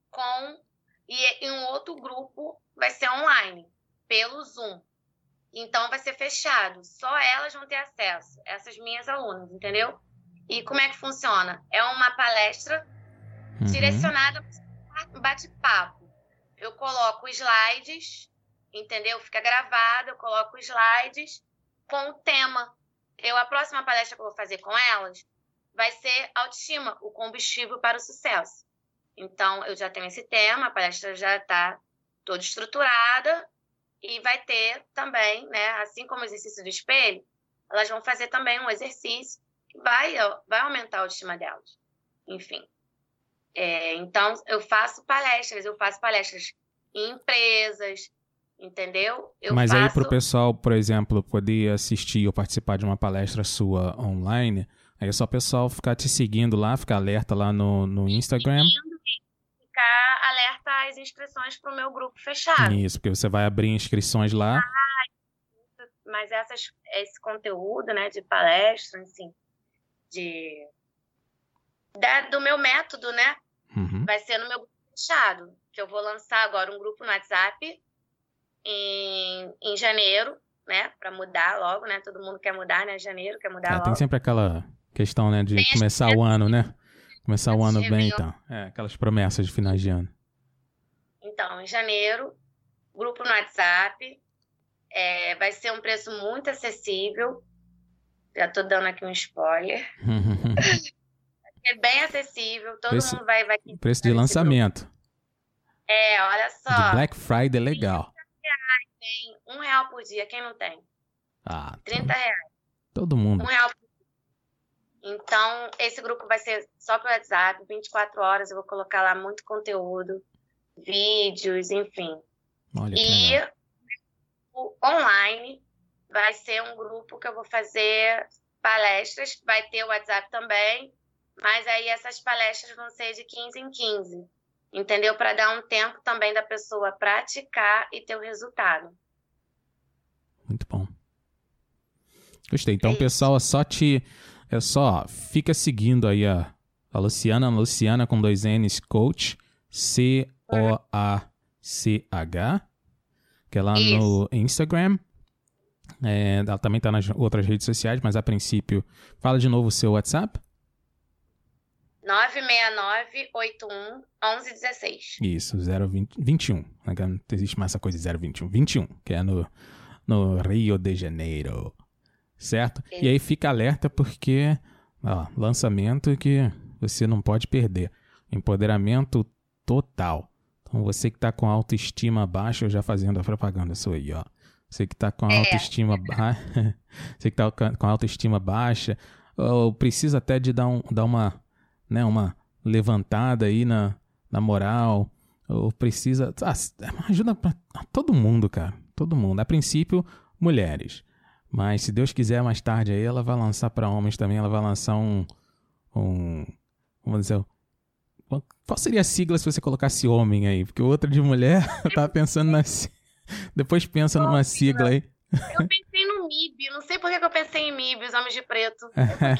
e um outro grupo vai ser online, pelo Zoom. Então, vai ser fechado. Só elas vão ter acesso, essas minhas alunas, entendeu? E como é que funciona? É uma palestra direcionada para bate-papo. Eu coloco slides, entendeu? Fica gravado, eu coloco slides com o tema. A próxima palestra que eu vou fazer com elas vai ser autoestima, o combustível para o sucesso. Então, eu já tenho esse tema, a palestra já está toda estruturada e vai ter também, né, assim como o exercício do espelho, elas vão fazer também um exercício que vai aumentar a autoestima delas. Enfim. Então, eu faço palestras em empresas, entendeu? Mas aí para o pessoal, por exemplo, poder assistir ou participar de uma palestra sua online, aí é só o pessoal ficar te seguindo lá, ficar alerta lá no Instagram. Ficar alerta às inscrições para o meu grupo fechado. Isso, porque você vai abrir inscrições lá. Mas esse conteúdo, né, de palestra, assim, do meu método, né, vai ser no meu grupo fechado, que eu vou lançar agora um grupo no WhatsApp em janeiro, né, para mudar logo, né, todo mundo quer mudar, né, janeiro quer mudar logo. Tem sempre aquela questão, né, de começar o ano, né, começar o ano bem, então, aquelas promessas de final de ano. Então, em janeiro, grupo no WhatsApp, vai ser um preço muito acessível, já tô dando aqui um spoiler, é bem acessível, todo mundo vai... Preço de lançamento. Olha só. De Black Friday, legal. Tem R$1 por dia, quem não tem? R$30. Todo mundo. R$1 por dia. Então, esse grupo vai ser só pelo WhatsApp, 24 horas, eu vou colocar lá muito conteúdo, vídeos, enfim. Olha que legal. O online vai ser um grupo que eu vou fazer palestras, vai ter o WhatsApp também, mas aí essas palestras vão ser de 15 em 15, entendeu? Para dar um tempo também da pessoa praticar e ter o resultado. Muito bom. Gostei. Então, pessoal, fica seguindo aí a Luciana com 2 N's, coach, COACH, que é lá no Instagram. Ela também está nas outras redes sociais, mas a princípio, fala de novo o seu WhatsApp. 969-81-1116. Isso, 021. Não existe mais essa coisa de 021. 21, que é no Rio de Janeiro. Certo? E aí fica alerta porque lançamento que você não pode perder. Empoderamento total. Então você que está com autoestima baixa, eu já fazendo a propaganda sua aí, ó. Você que está com autoestima baixa, você que está com autoestima baixa, ou precisa até de dar uma levantada aí na moral, ou precisa... ajuda para todo mundo, cara. Todo mundo. A princípio, mulheres. Mas se Deus quiser, mais tarde aí, ela vai lançar para homens também. Ela vai lançar vamos dizer... Qual seria a sigla se você colocasse homem aí? Porque o outro de mulher, eu tava pensando depois pensa numa sigla aí. Eu pensei no MIB. Não sei por que eu pensei em MIB, os homens de preto. Porque...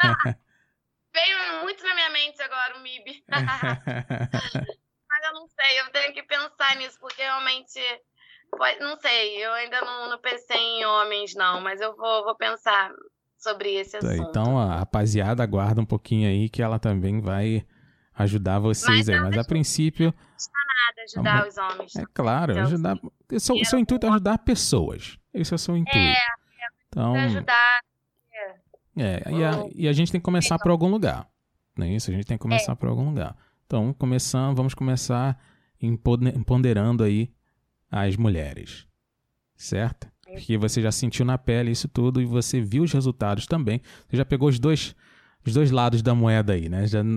veio muito na minha mente agora o MIB. Mas eu não sei, eu tenho que pensar nisso, porque realmente... Não sei, eu ainda não pensei em homens, não. Mas eu vou pensar sobre esse assunto. Então, a rapaziada, aguarda um pouquinho aí que ela também vai ajudar vocês aí. Mas a princípio... Não custa nada ajudar os homens. É claro, ajudar... Seu intuito é ajudar pessoas. Esse é o seu intuito. Então, ajudar. E a gente tem que começar por algum lugar. Não é isso? A gente tem que começar por algum lugar. Então, vamos começar empoderando aí as mulheres. Certo? Porque você já sentiu na pele isso tudo e você viu os resultados também. Você já pegou os dois lados da moeda aí, né? Já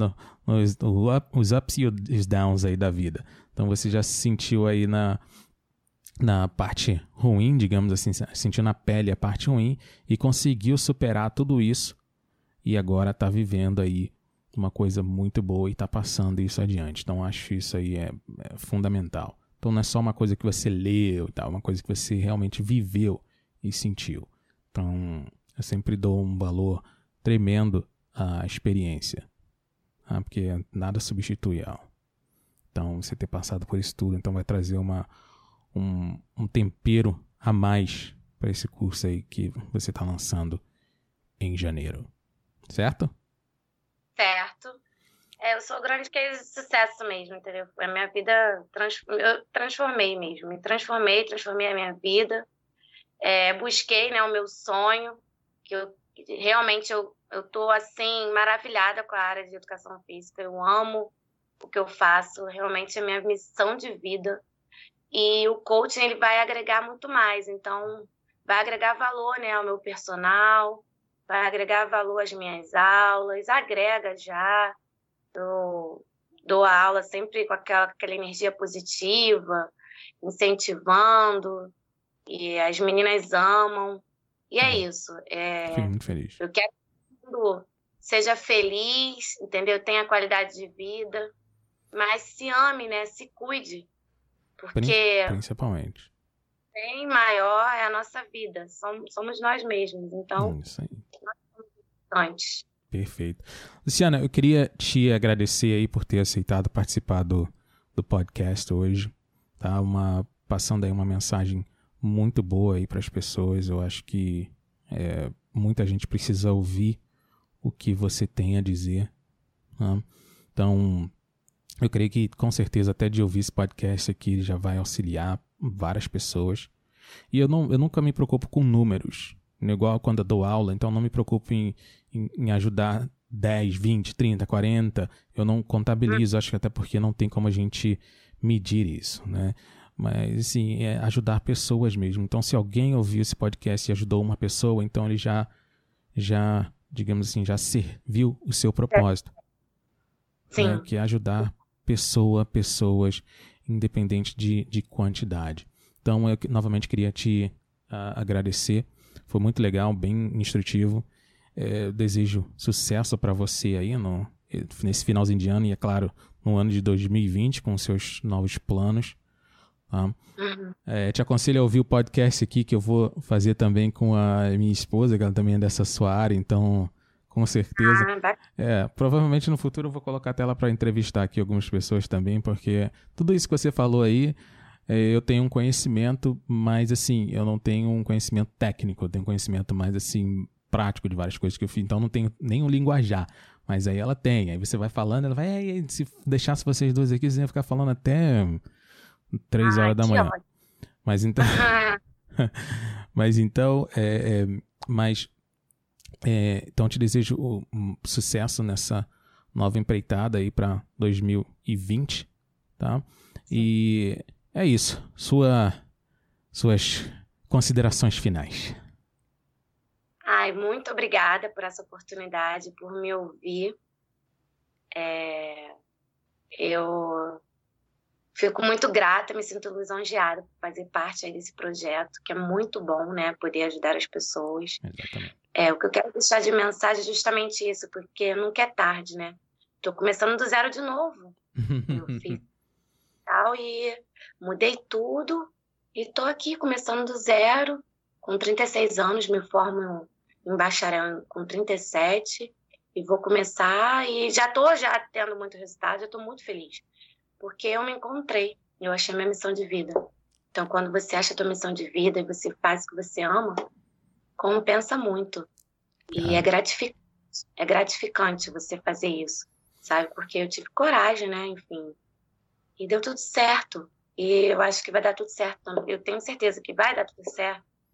os ups e os downs aí da vida. Então você já se sentiu aí na parte ruim, digamos assim, sentiu na pele a parte ruim e conseguiu superar tudo isso e agora está vivendo aí uma coisa muito boa e está passando isso adiante. Então acho isso aí é fundamental. Então não é só uma coisa que você leu e tal, é uma coisa que você realmente viveu e sentiu. Então eu sempre dou um valor tremendo à experiência, tá? Porque nada substitui ela. Então você ter passado por isso tudo, então vai trazer um tempero a mais para esse curso aí que você está lançando em janeiro. Certo? Certo. Eu sou grande case de sucesso mesmo, entendeu? A minha vida, eu transformei mesmo. Me transformei a minha vida. Busquei, né, o meu sonho, que realmente eu tô, assim, maravilhada com a área de educação física. Eu amo o que eu faço, realmente é minha missão de vida. E o coaching, ele vai agregar muito mais. Então, vai agregar valor, né, ao meu personal, vai agregar valor às minhas aulas, agrega já. Dou a aula sempre com aquela energia positiva, incentivando, e as meninas amam. E é isso. Fico muito feliz. Eu quero que todo mundo seja feliz, entendeu? Tenha qualidade de vida, mas se ame, né? Se cuide. Porque principalmente. bem maior é a nossa vida. Somos nós mesmos. Então, isso aí. Nós somos importantes. Perfeito. Luciana, eu queria te agradecer aí por ter aceitado participar do podcast hoje. Tá? Passando aí uma mensagem muito boa aí para as pessoas. Eu acho que muita gente precisa ouvir o que você tem a dizer. Tá? Então, eu creio que com certeza até de ouvir esse podcast aqui já vai auxiliar várias pessoas. E eu nunca me preocupo com números. Igual quando eu dou aula, então não me preocupo em ajudar 10, 20, 30, 40. Eu não contabilizo, acho que até porque não tem como a gente medir isso, né? Mas, assim, é ajudar pessoas mesmo. Então, se alguém ouviu esse podcast e ajudou uma pessoa, então ele já digamos assim, já serviu o seu propósito. Sim. Né? Que é ajudar pessoas, independente de quantidade. Então, eu novamente queria te agradecer. Foi muito legal, bem instrutivo. Eu desejo sucesso para você aí nesse finalzinho de ano e, é claro, no ano de 2020 com seus novos planos. Tá? Te aconselho a ouvir o podcast aqui que eu vou fazer também com a minha esposa, que ela também é dessa sua área, então com certeza. Provavelmente no futuro eu vou colocar até ela para entrevistar aqui algumas pessoas também, porque tudo isso que você falou aí, eu tenho um conhecimento, mas assim, eu não tenho um conhecimento técnico, eu tenho um conhecimento mais assim, prático de várias coisas que eu fiz, então não tenho nem um linguajar, mas aí ela tem, aí você vai falando, ela vai, se deixasse vocês dois aqui, vocês iam ficar falando até 3 horas da manhã. Ótimo. Mas então, então te desejo sucesso nessa nova empreitada aí para 2020, tá? E é isso. Suas considerações finais. Muito obrigada por essa oportunidade, por me ouvir. Eu fico muito grata, me sinto lisonjeada por fazer parte aí desse projeto, que é muito bom, né? Poder ajudar as pessoas. Exatamente. O que eu quero deixar de mensagem é justamente isso, porque nunca é tarde, né? Tô começando do zero de novo. Eu fiz tal e mudei tudo e tô aqui começando do zero, com 36 anos, me formo em bacharel com 37 e vou começar e já tendo muito resultado, eu tô muito feliz, porque eu me encontrei, eu achei minha missão de vida. Então, quando você acha a tua missão de vida e você faz o que você ama, compensa muito. E é gratificante você fazer isso, sabe? Porque eu tive coragem, né? Enfim. E deu tudo certo. E eu acho que vai dar tudo certo também. Eu tenho certeza que vai dar tudo certo.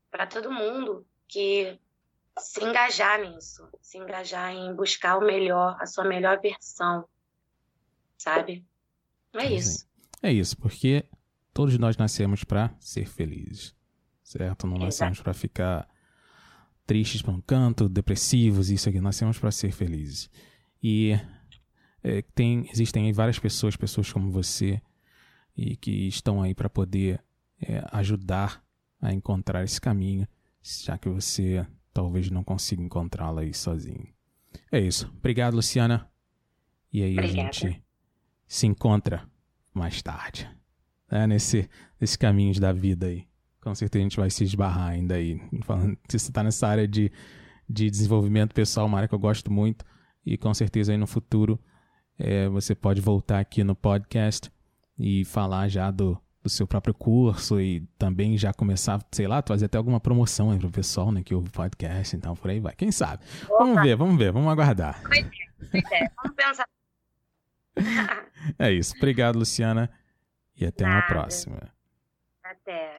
para todo mundo que se engajar nisso, se engajar em buscar o melhor, a sua melhor versão, sabe? É isso. É isso, porque todos nós nascemos para ser felizes, certo? Não nascemos para ficar tristes para um canto, depressivos, isso aqui. Nascemos para ser felizes. E existem aí várias pessoas como você, e que estão aí para poder ajudar a encontrar esse caminho, já que você talvez não consiga encontrá-lo aí sozinho. É isso. Obrigado, Luciana. E aí Obrigada. a gente se encontra mais tarde, né? Nesses caminhos da vida aí. Com certeza a gente vai se esbarrar ainda aí. Falando, você está nessa área de desenvolvimento pessoal, uma área que eu gosto muito, e com certeza aí no futuro você pode voltar aqui no podcast e falar já do seu próprio curso, e também já começar, sei lá, fazer até alguma promoção aí pro pessoal, né, que ouve o podcast, então por aí vai. Quem sabe? Opa. Vamos ver, vamos aguardar. Vamos pensar. É isso. Obrigado, Luciana, e até uma próxima. Até.